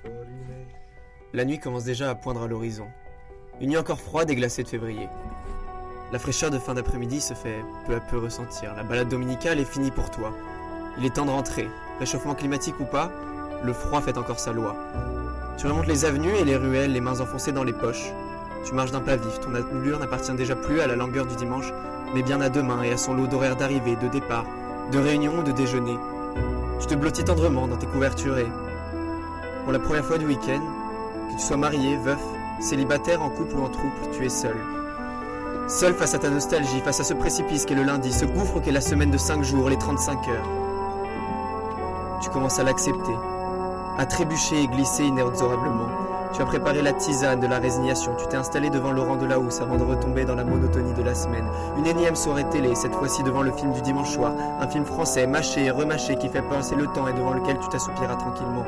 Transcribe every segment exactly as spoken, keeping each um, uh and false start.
La nuit commence déjà à poindre à l'horizon. Une nuit encore froide et glacée de février. La fraîcheur de fin d'après-midi se fait peu à peu ressentir. La balade dominicale est finie pour toi. Il est temps de rentrer. Réchauffement climatique ou pas, le froid fait encore sa loi. Tu remontes les avenues et les ruelles, les mains enfoncées dans les poches. Tu marches d'un pas vif. Ton allure n'appartient déjà plus à la langueur du dimanche, mais bien à demain et à son lot d'horaires d'arrivée, de départ, de réunion ou de déjeuner. Tu te blottis tendrement dans tes couvertures et, pour la première fois du week-end, que tu sois marié, veuf, célibataire, en couple ou en troupe, tu es seul. Seul face à ta nostalgie, face à ce précipice qu'est le lundi, ce gouffre qu'est la semaine de cinq jours, les trente-cinq heures. Tu commences à l'accepter, à trébucher et glisser inexorablement. Tu as préparé la tisane de la résignation, tu t'es installé devant Laurent Delahousse avant de retomber dans la monotonie de la semaine. Une énième soirée télé, cette fois-ci devant le film du dimanche soir, un film français, mâché et remâché qui fait passer le temps et devant lequel tu t'assoupiras tranquillement.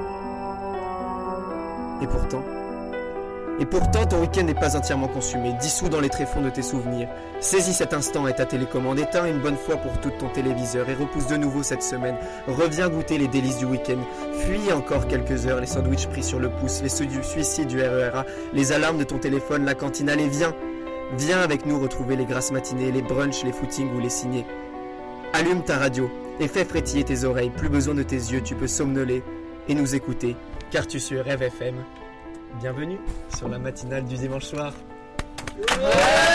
Et pourtant... Et pourtant, ton week-end n'est pas entièrement consumé, dissous dans les tréfonds de tes souvenirs. Saisis cet instant et ta télécommande, éteins une bonne fois pour tout ton téléviseur et repousse de nouveau cette semaine. Reviens goûter les délices du week-end. Fuis encore quelques heures, les sandwichs pris sur le pouce, les suicides du R E R A, les alarmes de ton téléphone, la cantine. Allez, viens. Viens avec nous retrouver les grasses matinées, les brunchs, les footings ou les ciné. Allume ta radio et fais frétiller tes oreilles. Plus besoin de tes yeux, tu peux somnoler et nous écouter, car tu suis Rêve F M. Bienvenue sur la matinale du dimanche soir. Ouais.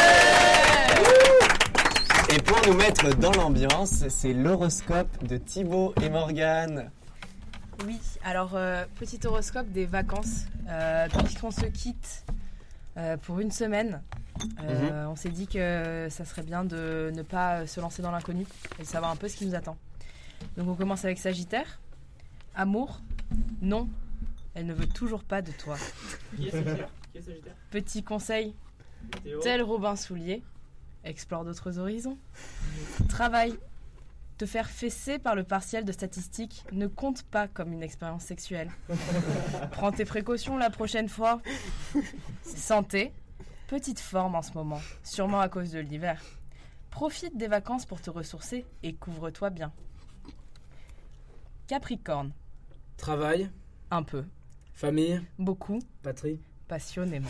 Et pour nous mettre dans l'ambiance, c'est l'horoscope de Thibaut et Morgane. Oui, alors euh, petit horoscope des vacances. Euh, puisqu'on se quitte euh, pour une semaine, euh, mm-hmm. on s'est dit que ça serait bien de ne pas se lancer dans l'inconnu et de savoir un peu ce qui nous attend. Donc on commence avec Sagittaire. Amour, non. Elle ne veut toujours pas de toi. Qui est Sagittaire ? Qui est Sagittaire ? Petit conseil, Théo. Tel Robin Soulier, explore d'autres horizons. Travail, te faire fesser par le partiel de statistiques ne compte pas comme une expérience sexuelle. Prends tes précautions la prochaine fois. Santé, petite forme en ce moment, sûrement à cause de l'hiver. Profite des vacances pour te ressourcer et couvre-toi bien. Capricorne. Travail. Un peu. Famille. Beaucoup. Patrie. Passionnément.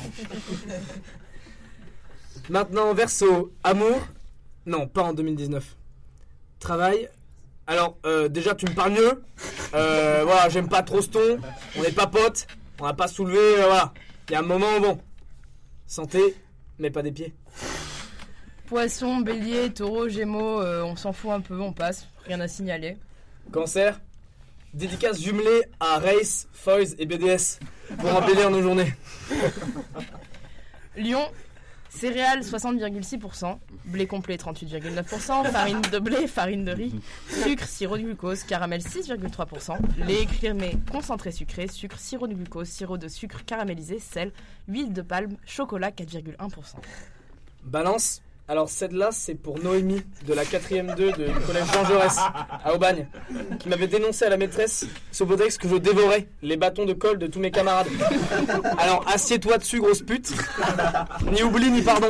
Maintenant, Verseau. Amour. Non, pas en deux mille dix-neuf. Travail. Alors, euh, déjà, tu me parles mieux. Euh, voilà, j'aime pas trop ce ton. On n'est pas potes. On n'a pas soulevé. Euh, voilà. Il y a un moment, bon. Santé, mais pas des pieds. Poisson, bélier, taureau, gémeaux, euh, on s'en fout un peu, on passe. Rien à signaler. Cancer. Dédicace jumelée à Race, Foyz et B D S pour embellir nos journées. Lion, céréales soixante virgule six pour cent, blé complet trente-huit virgule neuf pour cent, farine de blé, farine de riz, sucre, sirop de glucose, caramel six virgule trois pour cent, lait crémé concentré sucré, sucre, sirop de glucose, sirop de sucre caramélisé, sel, huile de palme, chocolat quatre virgule un pour cent. Balance. Alors celle-là, c'est pour Noémie, de la quatrième deux du collège Jean Jaurès, à Aubagne, qui m'avait dénoncé à la maîtresse sous prétexte que je dévorais les bâtons de colle de tous mes camarades. Alors assieds-toi dessus, grosse pute. Ni oubli, ni pardon.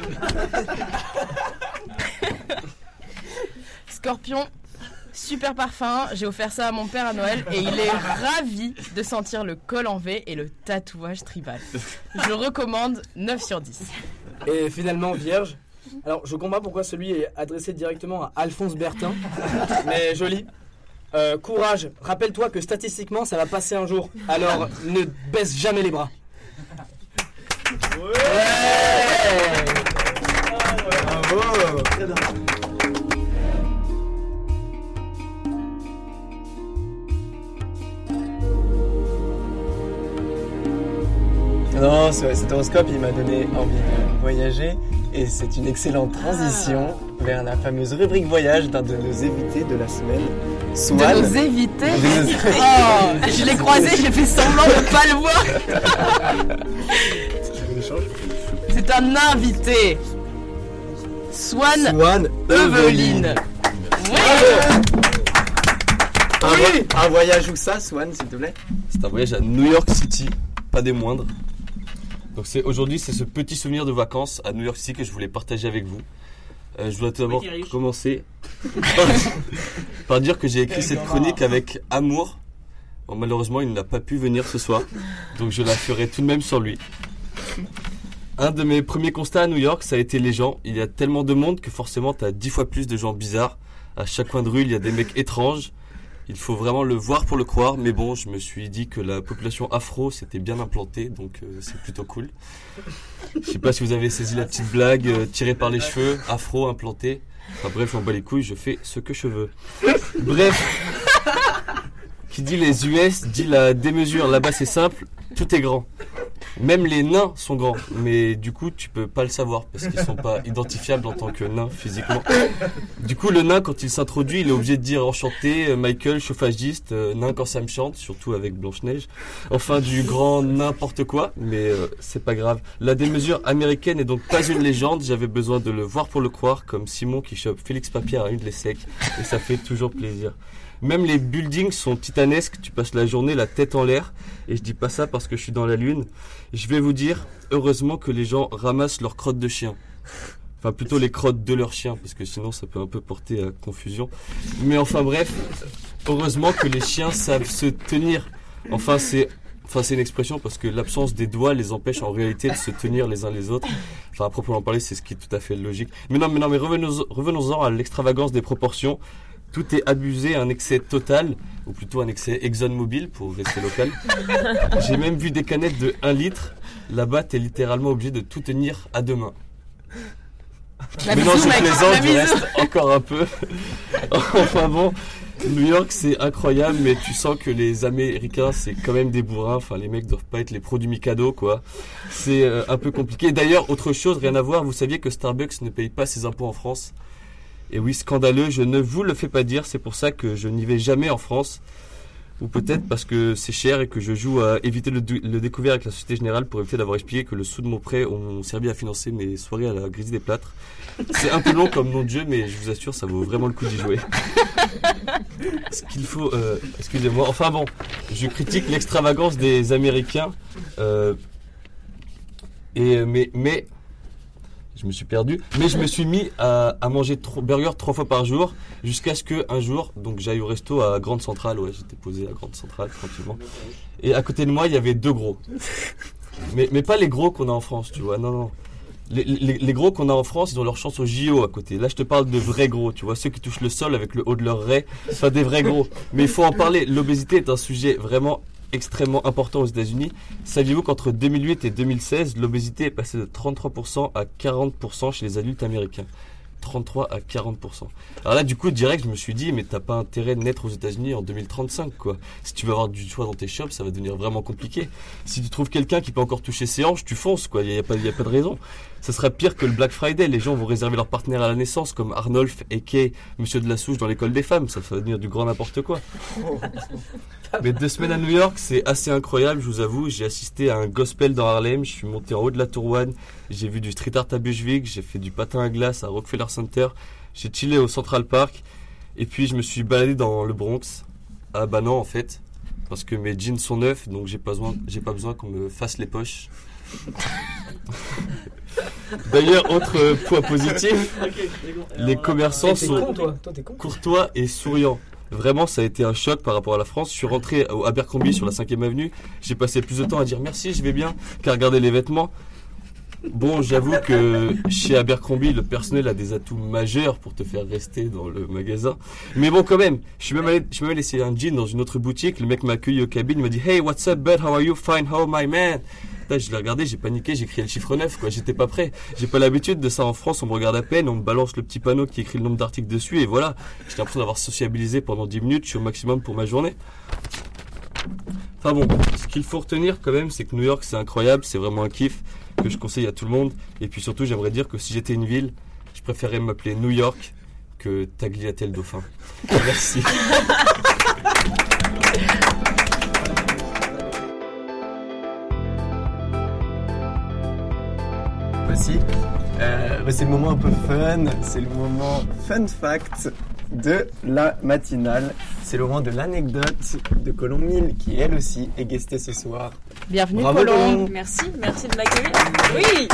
Scorpion, super parfum, j'ai offert ça à mon père à Noël et il est ravi de sentir le col en V et le tatouage tribal. Je recommande neuf sur dix. Et finalement, Vierge. Alors, je comprends pourquoi celui est adressé directement à Alphonse Bertin, mais joli. Euh, courage, rappelle-toi que statistiquement, ça va passer un jour. Alors, ne baisse jamais les bras. Ouais, ouais. Bravo. Non, cet horoscope, il m'a donné envie de voyager et c'est une excellente transition ah. vers la fameuse rubrique voyage d'un de nos invités de la semaine, Swan. De nos invités de nos... Oh, je l'ai croisé, j'ai fait semblant de ne pas le voir. C'est un invité. Swan, Swan Eveline. Oui. Un, oui. un voyage où ça, Swan, s'il te plaît? C'est un voyage à New York City, pas des moindres. Donc c'est, aujourd'hui, c'est ce petit souvenir de vacances à New York City que je voulais partager avec vous. Euh, je dois tout d'abord oui, commencer par, par dire que j'ai écrit cette chronique avec amour, Bon, malheureusement, il n'a pas pu venir ce soir, donc je la ferai tout de même sur lui. Un de mes premiers constats à New York, ça a été les gens. Il y a tellement de monde que forcément, tu as dix fois plus de gens bizarres. À chaque coin de rue, il y a des mecs étranges. Il faut vraiment le voir pour le croire, mais bon, je me suis dit que la population afro s'était bien implantée, donc euh, c'est plutôt cool. Je sais pas si vous avez saisi la petite blague, euh, tirée par les cheveux, afro, implanté. Enfin bref, je m'en bats les couilles, je fais ce que je veux. Bref, qui dit les U S, dit la démesure. Là-bas, c'est simple, tout est grand. Même les nains sont grands, mais du coup, tu peux pas le savoir parce qu'ils sont pas identifiables en tant que nains physiquement. Du coup, le nain, quand il s'introduit, il est obligé de dire enchanté, Michael, chauffagiste, euh, nain quand ça me chante, surtout avec Blanche-Neige. Enfin, du grand n'importe quoi, mais euh, c'est pas grave. La démesure américaine est donc pas une légende, j'avais besoin de le voir pour le croire, comme Simon qui chope Félix Papier à une de les secs, et ça fait toujours plaisir. Même les buildings sont titanesques, tu passes la journée la tête en l'air, et je dis pas ça parce que je suis dans la lune. Je vais vous dire, heureusement que les gens ramassent leurs crottes de chien. Enfin, plutôt les crottes de leurs chiens, parce que sinon ça peut un peu porter à confusion. Mais enfin bref, heureusement que les chiens savent se tenir. Enfin, c'est... Enfin, c'est une expression parce que l'absence des doigts les empêche en réalité de se tenir les uns les autres. Enfin, à proprement parler, c'est ce qui est tout à fait logique. Mais non, mais non, mais revenons, revenons-en à l'extravagance des proportions. Tout est abusé, un excès total, ou plutôt un excès ExxonMobil pour rester local. J'ai même vu des canettes de un litre. Là-bas, t'es littéralement obligé de tout tenir à deux mains. La Mais non, bisou, je mec, plaisante, la je bisou. reste encore un peu. Enfin bon, New York, c'est incroyable, mais tu sens que les Américains, c'est quand même des bourrins. Enfin, les mecs doivent pas être les pros du Mikado, quoi. C'est euh, un peu compliqué. D'ailleurs, autre chose, rien à voir, vous saviez que Starbucks ne paye pas ses impôts en France ? Et oui, scandaleux, je ne vous le fais pas dire, c'est pour ça que je n'y vais jamais en France. Ou peut-être parce que c'est cher et que je joue à éviter le, le découvert avec la Société Générale pour éviter d'avoir expliqué que le sous de mon prêt ont servi à financer mes soirées à la Grisée des Plâtres. C'est un peu long comme nom de jeu, mais je vous assure, ça vaut vraiment le coup d'y jouer. Ce qu'il faut... Euh, excusez-moi, enfin bon, je critique l'extravagance des Américains. Euh, et, mais... mais Je me suis perdu, mais je me suis mis à, à manger trop, burger trois fois par jour jusqu'à ce que un jour, donc j'aille au resto à Grande Centrale. Ouais, j'étais posé à Grande Centrale tranquillement. Et à côté de moi, il y avait deux gros. Mais, mais pas les gros qu'on a en France, tu vois. Non, non. Les, les, les gros qu'on a en France, ils ont leur chance au J O à côté. Là, je te parle de vrais gros, tu vois, ceux qui touchent le sol avec le haut de leur raie, enfin des vrais gros. Mais il faut en parler. L'obésité est un sujet vraiment extrêmement important aux États-Unis. Saviez-vous qu'entre deux mille huit et deux mille seize, l'obésité est passée de trente-trois pour cent à quarante pour cent chez les adultes américains. trente-trois à quarante pour cent. Alors là, du coup, direct, je me suis dit, mais t'as pas intérêt de naître aux États-Unis en deux mille trente-cinq, quoi. Si tu veux avoir du choix dans tes shops, ça va devenir vraiment compliqué. Si tu trouves quelqu'un qui peut encore toucher ses hanches, tu fonces, quoi. Il y a, y a pas, y a pas de raison. Ça serait pire que le Black Friday. Les gens vont réserver leur partenaire à la naissance, comme Arnolphe et Kay, Monsieur de la Souche dans l'école des femmes. Ça va devenir du grand n'importe quoi. Mais deux semaines à New York, c'est assez incroyable, je vous avoue. J'ai assisté à un gospel dans Harlem, je suis monté en haut de la Tour One, j'ai vu du street art à Bushwick, j'ai fait du patin à glace à Rockefeller Center, j'ai chillé au Central Park, et puis je me suis baladé dans le Bronx. Ah bah non en fait, parce que mes jeans sont neufs, donc j'ai pas besoin, j'ai pas besoin qu'on me fasse les poches. D'ailleurs, autre euh, point positif, les commerçants T'es sont con, toi. Toi, t'es con. courtois et souriants. Vraiment, ça a été un choc par rapport à la France. Je suis rentré au Abercrombie sur la cinquième avenue. J'ai passé plus de temps à dire merci, je vais bien, qu'à regarder les vêtements. Bon, j'avoue que chez Abercrombie, le personnel a des atouts majeurs pour te faire rester dans le magasin. Mais bon, quand même, je suis même allé, je suis même allé essayer un jean dans une autre boutique. Le mec m'a accueilli au cabine, il m'a dit « Hey, what's up, bud? How are you? Fine, how my man? » Là, je l'ai regardé, j'ai paniqué, j'ai crié le chiffre neuf, quoi. J'étais pas prêt. J'ai pas l'habitude de ça en France, on me regarde à peine, on me balance le petit panneau qui écrit le nombre d'articles dessus, et voilà. J'ai l'impression d'avoir sociabilisé pendant dix minutes, je suis au maximum pour ma journée. Enfin bon, ce qu'il faut retenir quand même, c'est que New York, c'est incroyable, c'est vraiment un kiff que je conseille à tout le monde. Et puis surtout, j'aimerais dire que si j'étais une ville, je préférerais m'appeler New York que Tagliatelle Dauphin. Merci. Aussi, euh, c'est le moment un peu fun, c'est le moment fun fact de la matinale. C'est le moment de l'anecdote de Colombe Mille qui elle aussi est guestée ce soir. Bienvenue Bravo, Colombe. Colombe. Merci, merci de m'accueillir. Oui.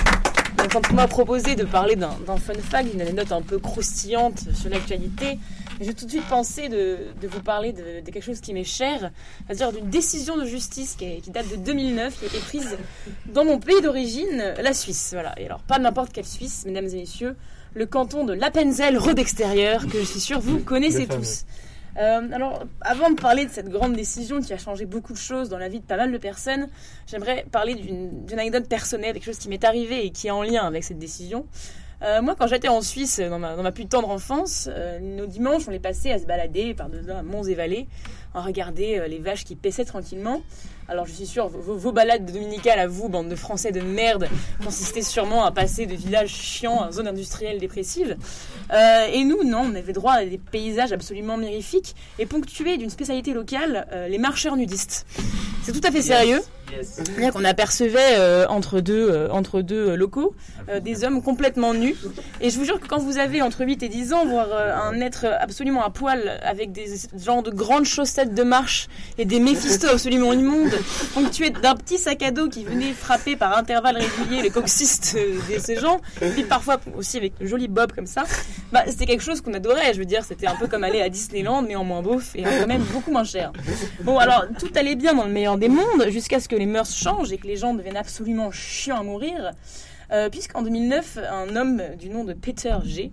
Donc, quand on m'a proposé de parler d'un, d'un fun fact, d'une anecdote un peu croustillante sur l'actualité, J'ai tout de suite pensé de, de vous parler de, de quelque chose qui m'est cher, c'est-à-dire d'une décision de justice qui, est, qui date de deux mille neuf, qui a été prise dans mon pays d'origine, la Suisse. Voilà. Et alors, pas n'importe quelle Suisse, mesdames et messieurs, le canton de l'Appenzell-Rhodes extérieur, que je suis sûre vous connaissez tous. Euh, alors, avant de parler de cette grande décision qui a changé beaucoup de choses dans la vie de pas mal de personnes, j'aimerais parler d'une, d'une anecdote personnelle, quelque chose qui m'est arrivé et qui est en lien avec cette décision. Euh, moi, quand j'étais en Suisse, dans ma, dans ma plus tendre enfance, euh, nos dimanches, on les passait à se balader par-delà monts et vallées, à regarder euh, les vaches qui paissaient tranquillement. Alors, je suis sûre, vos, vos balades dominicales à vous, bande de Français de merde, consistaient sûrement à passer de villages chiants à zone industrielle dépressive. Euh, et nous, non, on avait droit à des paysages absolument mirifiques et ponctués d'une spécialité locale, euh, les marcheurs nudistes. C'est tout à fait sérieux. Yes. C'est-à-dire qu'on apercevait euh, entre deux, euh, entre deux euh, locaux euh, des hommes complètement nus. Et je vous jure que quand vous avez entre huit et dix ans, voir euh, un être absolument à poil avec des genres de grandes chaussettes de marche et des Méphistos absolument immondes, ponctués d'un petit sac à dos qui venait frapper par intervalles réguliers les coccyx de ces gens, et puis parfois aussi avec le joli bob comme ça, bah, c'était quelque chose qu'on adorait. Je veux dire, c'était un peu comme aller à Disneyland, mais en moins beauf et quand même beaucoup moins cher. Bon, alors, tout allait bien dans le meilleur des mondes, jusqu'à ce que les mœurs changent et que les gens deviennent absolument chiants à mourir. Euh, puisqu'en deux mille neuf, un homme du nom de Peter G,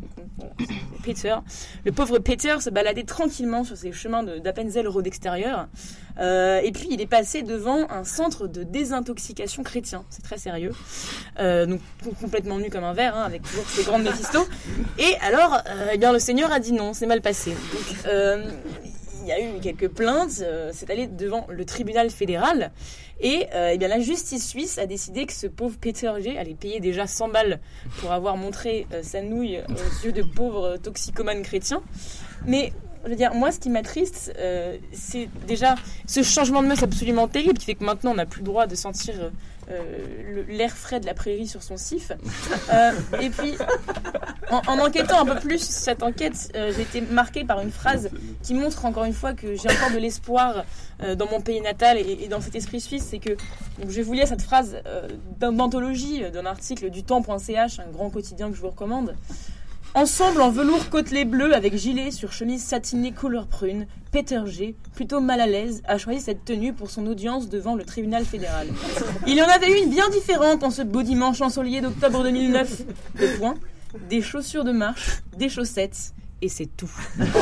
Peter, le pauvre Peter se baladait tranquillement sur ces chemins de, d'Appenzell-Rhodes extérieur, euh, et puis il est passé devant un centre de désintoxication chrétien, c'est très sérieux, euh, donc complètement nu comme un verre, hein, avec toujours ses grandes Méphistos, et alors, euh, eh bien, le Seigneur a dit non, c'est mal passé. Donc, euh, il y a eu quelques plaintes, euh, c'est allé devant le tribunal fédéral, et euh, eh bien, la justice suisse a décidé que ce pauvre Peter G allait payer déjà cent balles pour avoir montré euh, sa nouille aux yeux de pauvres toxicomanes chrétiens. Mais je veux dire, moi, ce qui m'attriste, euh, c'est déjà ce changement de mœurs absolument terrible qui fait que maintenant on n'a plus le droit de sentir euh, le, l'air frais de la prairie sur son sif. Euh, et puis, en, en enquêtant un peu plus sur cette enquête, euh, j'ai été marquée par une phrase qui montre encore une fois que j'ai encore de l'espoir euh, dans mon pays natal et, et dans cet esprit suisse. C'est que, donc, je vais vous lire cette phrase euh, d'anthologie d'un article du temps point c h, un grand quotidien que je vous recommande. Ensemble en velours côtelé bleu avec gilet sur chemise satinée couleur prune, Peter G, plutôt mal à l'aise, a choisi cette tenue pour son audience devant le tribunal fédéral. Il y en avait une bien différente en ce beau dimanche ensoleillé d'octobre deux mille neuf. Le point, des chaussures de marche, des chaussettes, et c'est tout.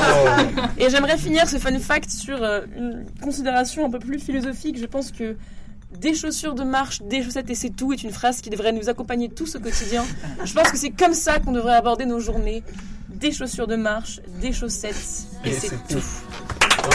Oh. Et j'aimerais finir ce fun fact sur euh, une considération un peu plus philosophique. Je pense que des chaussures de marche, des chaussettes et c'est tout est une phrase qui devrait nous accompagner tous au quotidien. Je pense que c'est comme ça qu'on devrait aborder nos journées. Des chaussures de marche, des chaussettes et, et c'est, c'est tout. tout.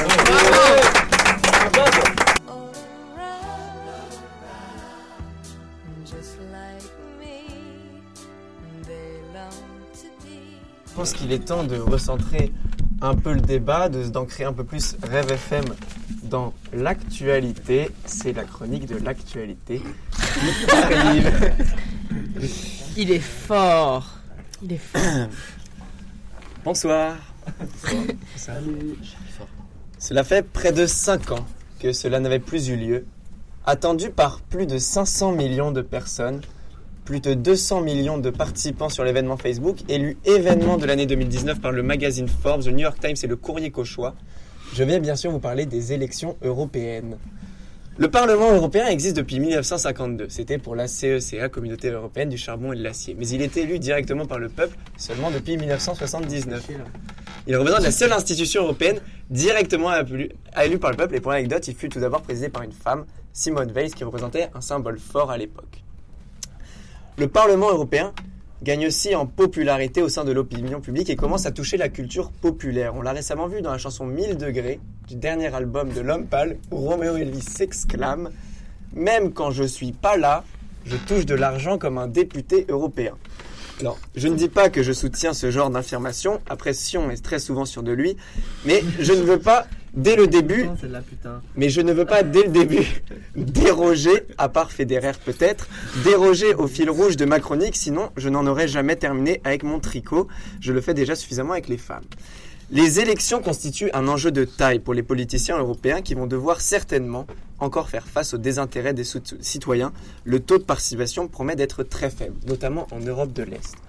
Je pense qu'il est temps de recentrer un peu le débat, de, d'ancrer un peu plus Rêve F M dans l'actualité. C'est la chronique de l'actualité qui arrive. Il est fort. Il est fort. Bonsoir. Salut. Cela fait près de cinq ans que cela n'avait plus eu lieu. Attendu par plus de cinq cents millions de personnes, plus de deux cents millions de participants sur l'événement Facebook, élu événement de l'année deux mille dix-neuf par le magazine Forbes, le New York Times et le Courrier Cauchois. Je vais bien sûr vous parler des élections européennes. Le Parlement européen existe depuis mille neuf cent cinquante-deux. C'était pour la C E C A, Communauté européenne du charbon et de l'acier. Mais il est élu directement par le peuple seulement depuis mille neuf cent soixante-dix-neuf. Il représente la seule institution européenne directement élue par le peuple. Et pour l'anecdote, il fut tout d'abord présidé par une femme, Simone Veil, qui représentait un symbole fort à l'époque. Le Parlement européen gagne aussi en popularité au sein de l'opinion publique et commence à toucher la culture populaire. On l'a récemment vu dans la chanson mille degrés du dernier album de L'Homme Pâle, où Roméo Elvis s'exclame « Même quand je suis pas là, je touche de l'argent comme un député européen ». Alors, je ne dis pas que je soutiens ce genre d'affirmation, après Sion est très souvent sûr de lui, mais je ne veux pas, dès le début, c'est de la putain. mais je ne veux pas dès le début déroger, à part Federer peut-être, déroger au fil rouge de ma chronique, sinon je n'en aurais jamais terminé avec mon tricot, je le fais déjà suffisamment avec les femmes. Les élections constituent un enjeu de taille pour les politiciens européens qui vont devoir certainement encore faire face au désintérêt des citoyens. Le taux de participation promet d'être très faible, notamment en Europe de l'Est.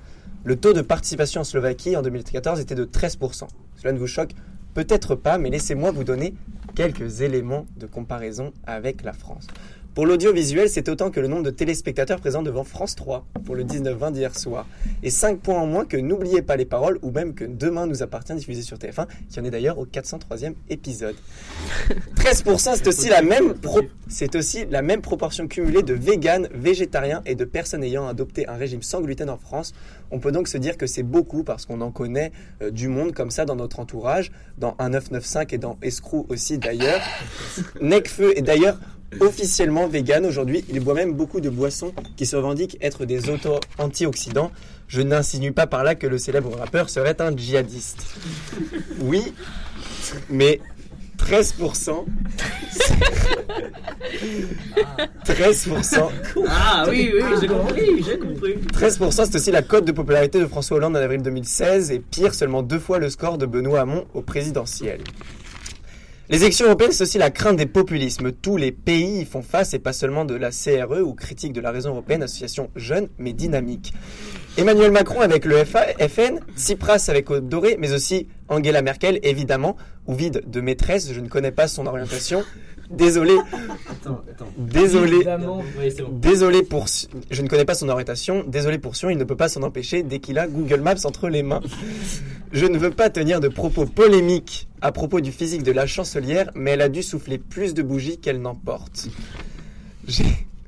Le taux de participation en Slovaquie en deux mille quatorze était de treize pour cent. Cela ne vous choque peut-être pas, mais laissez-moi vous donner quelques éléments de comparaison avec la France. Pour l'audiovisuel, c'est autant que le nombre de téléspectateurs présents devant France trois pour le dix-neuf vingt d'hier soir. Et cinq points en moins que N'oubliez pas les paroles ou même que Demain nous appartient diffusé sur T F un, qui en est d'ailleurs au quatre cent troisième épisode. treize pour cent, c'est aussi la même pro- c'est aussi la même proportion cumulée de véganes, végétariens et de personnes ayant adopté un régime sans gluten en France. On peut donc se dire que c'est beaucoup parce qu'on en connaît euh, du monde comme ça dans notre entourage, dans un neuf neuf cinq et dans Escrew aussi d'ailleurs. Necfeu est d'ailleurs officiellement vegan aujourd'hui. Il boit même beaucoup de boissons qui se revendiquent être des auto-antioxydants. Je n'insinue pas par là que le célèbre rappeur serait un djihadiste. Oui, mais treize pour cent. treize pour cent. Ah oui, oui, j'ai compris, j'ai compris. treize pour cent, c'est aussi la cote de popularité de François Hollande en avril deux mille seize et pire, seulement deux fois le score de Benoît Hamon au présidentiel. Les élections européennes, c'est aussi la crainte des populismes. Tous les pays y font face, et pas seulement de la C R E ou critique de la raison européenne, association jeune mais dynamique. Emmanuel Macron avec le F N, Tsipras avec Côte Dorée, mais aussi Angela Merkel, évidemment, ou vide de maîtresse, je ne connais pas son orientation. Désolé. Attends, attends. Désolé. Oui, c'est bon. Désolé pour. Je ne connais pas son orientation. Désolé pour Sion, il ne peut pas s'en empêcher dès qu'il a Google Maps entre les mains. Je ne veux pas tenir de propos polémiques à propos du physique de la chancelière, mais elle a dû souffler plus de bougies qu'elle n'en porte. J'ai.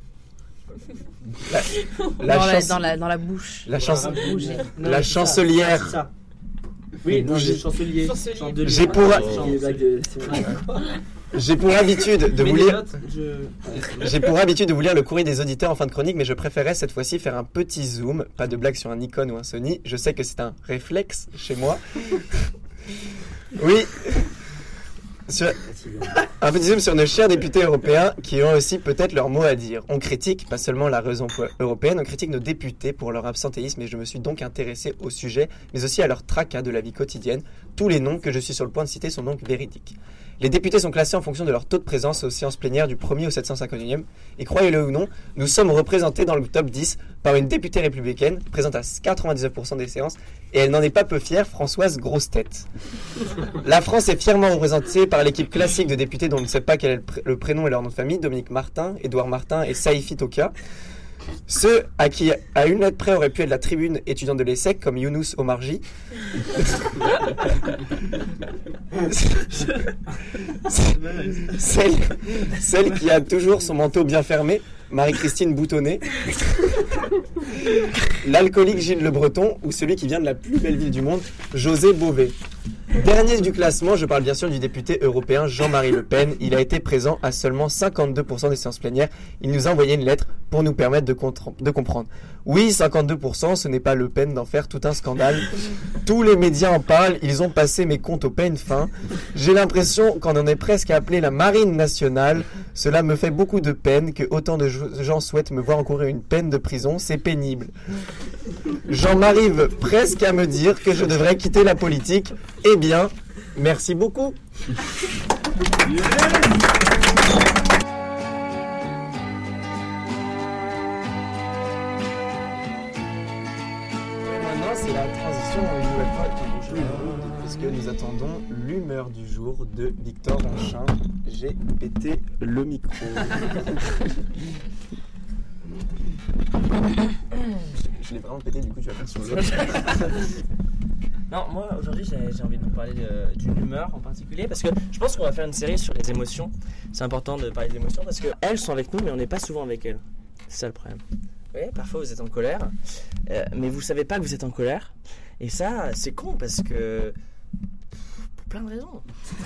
La, la dans, chance... la, dans, la, dans la bouche. La, chance... Bougie. Non, la ça, chancelière. ça, ça. Oui, non, Bougie. le chancelier. Chancelier. Chandelier. J'ai pour- Chandelier. J'ai pour habitude de vous Mais les lire. autres, je... J'ai pour habitude de vous lire le courrier des auditeurs en fin de chronique, mais je préférais cette fois-ci faire un petit zoom. Pas de blague sur un Nikon ou un Sony. Je sais que c'est un réflexe chez moi. Oui. Sur... Un petit zoom sur nos chers députés européens qui ont aussi peut-être leur mot à dire. On critique pas seulement la raison européenne, on critique nos députés pour leur absentéisme et je me suis donc intéressé au sujet, mais aussi à leur tracas de la vie quotidienne. Tous les noms que je suis sur le point de citer sont donc véridiques. Les députés sont classés en fonction de leur taux de présence aux séances plénières du premier au sept cent cinquante-et-unième. Et croyez-le ou non, nous sommes représentés dans le top dix par une députée républicaine, présente à quatre-vingt-dix-neuf pour cent des séances, et elle n'en est pas peu fière, Françoise Grosse-Tête. La France est fièrement représentée par l'équipe classique de députés dont on ne sait pas quel est le, pr- le prénom et leur nom de famille, Dominique Martin, Édouard Martin et Saïfi Toka. Ceux à qui, à une lettre près, aurait pu être la tribune étudiante de l'ESSEC, comme Younous Omarji. celle, celle qui a toujours son manteau bien fermé, Marie-Christine Boutonnet. L'alcoolique Gilles Le Breton, ou celui qui vient de la plus belle ville du monde, José Bové. Dernier du classement, je parle bien sûr du député européen Jean-Marie Le Pen. Il a été présent à seulement cinquante-deux pour cent des séances plénières. Il nous a envoyé une lettre pour nous permettre de, contre- de comprendre. Oui, cinquante-deux pour cent, ce n'est pas Le Pen d'en faire tout un scandale. Tous les médias en parlent, ils ont passé mes comptes au peigne fin. J'ai l'impression qu'on en est presque à appeler la marine nationale. Cela me fait beaucoup de peine que autant de gens souhaitent me voir encourir une peine de prison. C'est pénible. J'en m'arrive presque à me dire que je devrais quitter la politique. Eh bien, merci beaucoup. Maintenant, c'est la transition une nouvelle fois avec le jour, puisque nous attendons l'humeur du jour de Victor Anchin. J'ai pété le micro. Je l'ai vraiment pété, du coup tu vas faire sur l'autre. Non, moi aujourd'hui j'ai, j'ai envie de vous parler de- d'une humeur en particulier parce que je pense qu'on va faire une série sur les émotions. C'est important de parler des émotions parce qu'elles sont avec nous mais on n'est pas souvent avec elles. C'est ça le problème. Oui, parfois vous êtes en colère, euh, mais vous savez pas que vous êtes en colère. Et ça, c'est con parce que. Pour plein de raisons.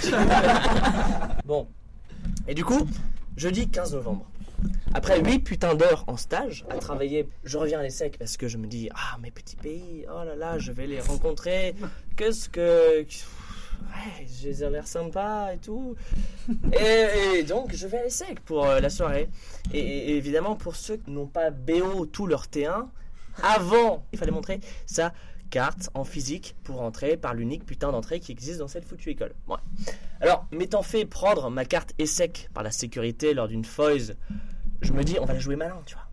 Bon. Et du coup, jeudi quinze novembre. Après huit putains d'heures en stage à travailler, je reviens à l'ESSEC parce que je me dis ah mes petits pays, oh là là, je vais les rencontrer. Qu'est-ce que ouais, j'ai l'air sympa et tout. Et, et donc je vais à l'ESSEC pour euh, la soirée. Et, et évidemment pour ceux qui n'ont pas B O tout leur T un, avant il fallait montrer sa carte en physique pour entrer par l'unique putain d'entrée qui existe dans cette foutue école. Ouais. Alors, m'étant fait prendre ma carte ESSEC par la sécurité lors d'une F O I S, je me dis, on va la jouer malin, tu vois. Victor,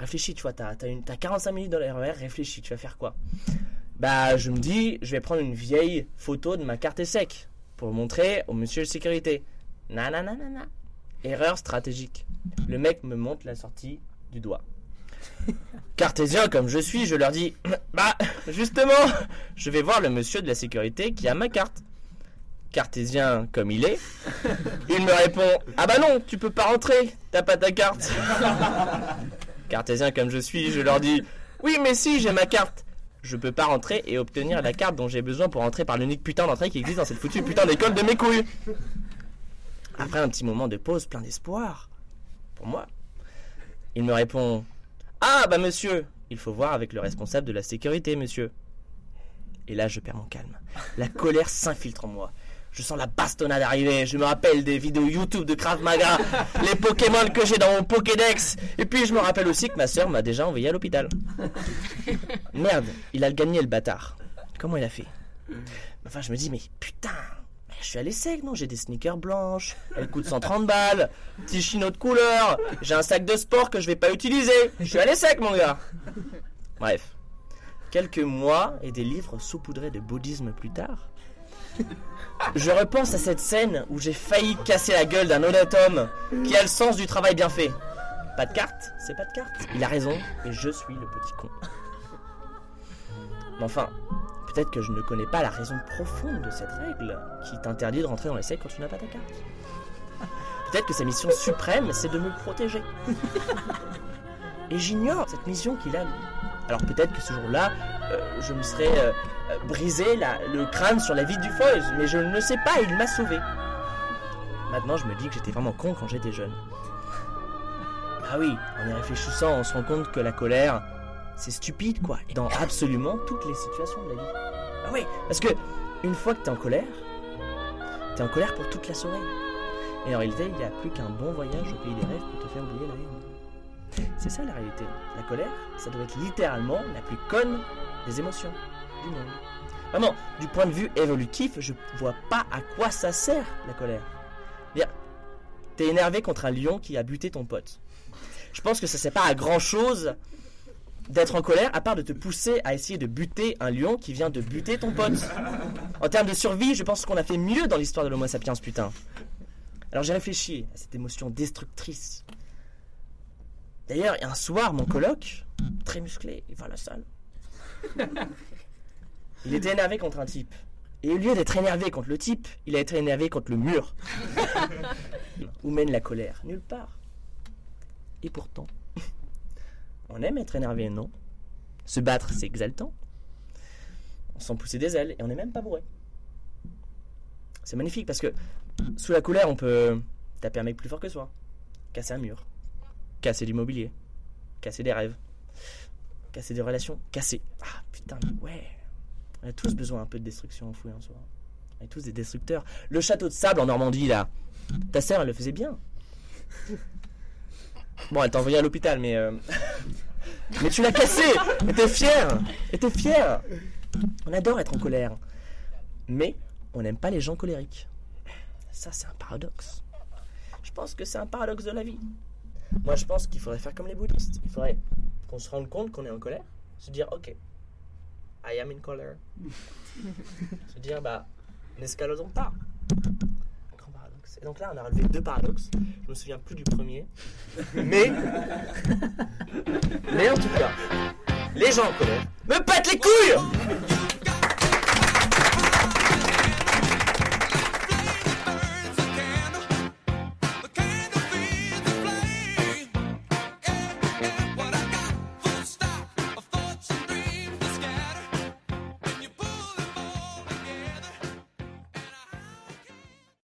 réfléchis, tu vois, t'as, t'as, une, t'as quarante-cinq minutes dans le R E R, réfléchis, tu vas faire quoi? Bah, je me dis, je vais prendre une vieille photo de ma carte ESSEC pour montrer au monsieur de sécurité. Nananana. Erreur stratégique. Le mec me montre la sortie du doigt. Cartésien comme je suis, je leur dis, bah, justement, je vais voir le monsieur de la sécurité qui a ma carte. Cartésien comme il est, il me répond, ah bah non, tu peux pas rentrer, t'as pas ta carte. Cartésien comme je suis, je leur dis, oui mais si, j'ai ma carte. Je peux pas rentrer et obtenir la carte dont j'ai besoin pour entrer par l'unique putain d'entrée qui existe dans cette foutue putain d'école de mes couilles. Après un petit moment de pause plein d'espoir, pour moi, il me répond, ah bah monsieur, il faut voir avec le responsable de la sécurité, monsieur. Et là je perds mon calme. La colère s'infiltre en moi. Je sens la bastonnade arriver, je me rappelle des vidéos YouTube de Krav Maga, les Pokémon que j'ai dans mon Pokédex, et puis je me rappelle aussi que ma sœur m'a déjà envoyé à l'hôpital. Merde, il a gagné le bâtard. Comment il a fait? Enfin je me dis, mais putain, je suis à l'essai, non? J'ai des sneakers blanches, elles coûtent cent trente balles, petit chino de couleur, j'ai un sac de sport que je vais pas utiliser, je suis à l'essai mon gars. Bref, quelques mois et des livres saupoudrés de bouddhisme plus tard, je repense à cette scène où j'ai failli casser la gueule d'un honnête homme qui a le sens du travail bien fait. Pas de carte, c'est pas de carte. Il a raison, et je suis le petit con. Mais enfin, peut-être que je ne connais pas la raison profonde de cette règle qui t'interdit de rentrer dans l'essai quand tu n'as pas ta carte. Peut-être que sa mission suprême, c'est de me protéger. Et j'ignore cette mission qu'il a, lui. Alors peut-être que ce jour-là, euh, je me serais euh, brisé la, le crâne sur la vitre du Foyz, mais je ne sais pas, il m'a sauvé. Maintenant, je me dis que j'étais vraiment con quand j'étais jeune. Ah oui, en y réfléchissant, on se rend compte que la colère, c'est stupide, quoi. Et dans absolument toutes les situations de la vie. Ah oui, parce que une fois que t'es en colère, t'es en colère pour toute la soirée. Et en réalité, il n'y a plus qu'un bon voyage au pays des rêves pour te faire oublier la haine. C'est ça la réalité. La colère, ça doit être littéralement la plus conne des émotions du monde. Vraiment, du point de vue évolutif, je vois pas à quoi ça sert la colère. Bien, t'es énervé contre un lion qui a buté ton pote. Je pense que ça sert pas à grand chose d'être en colère, à part de te pousser à essayer de buter un lion qui vient de buter ton pote. En termes de survie, je pense qu'on a fait mieux dans l'histoire de l'Homo sapiens, putain. Alors j'ai réfléchi à cette émotion destructrice. D'ailleurs, un soir, mon coloc, très musclé, il va à la salle. Il était énervé contre un type. Et au lieu d'être énervé contre le type, il a été énervé contre le mur. Où mène la colère? Nulle part. Et pourtant, on aime être énervé, non? Se battre, c'est exaltant. On sent pousser des ailes et on n'est même pas bourré. C'est magnifique parce que sous la colère, on peut taper un mec plus fort que soi, casser un mur, casser l'immobilier, casser des rêves, casser des relations, casser... Ah putain, ouais. On a tous besoin un peu de destruction enfouie en soi. On est tous des destructeurs. Le château de sable en Normandie, là, ta sœur, elle le faisait bien. Bon, elle t'a envoyé à l'hôpital, mais... Euh... mais tu l'as cassé. Et t'es fier. Et t'es fier. On adore être en colère. Mais on n'aime pas les gens colériques. Ça, c'est un paradoxe. Je pense que c'est un paradoxe de la vie. Moi, je pense qu'il faudrait faire comme les bouddhistes. Il faudrait qu'on se rende compte qu'on est en colère. Se dire, ok, I am in color. Se dire, bah, n'escaladons pas. Un grand paradoxe. Et donc là, on a relevé deux paradoxes. Je me souviens plus du premier. Mais, mais en tout cas, les gens en colère me pètent les couilles.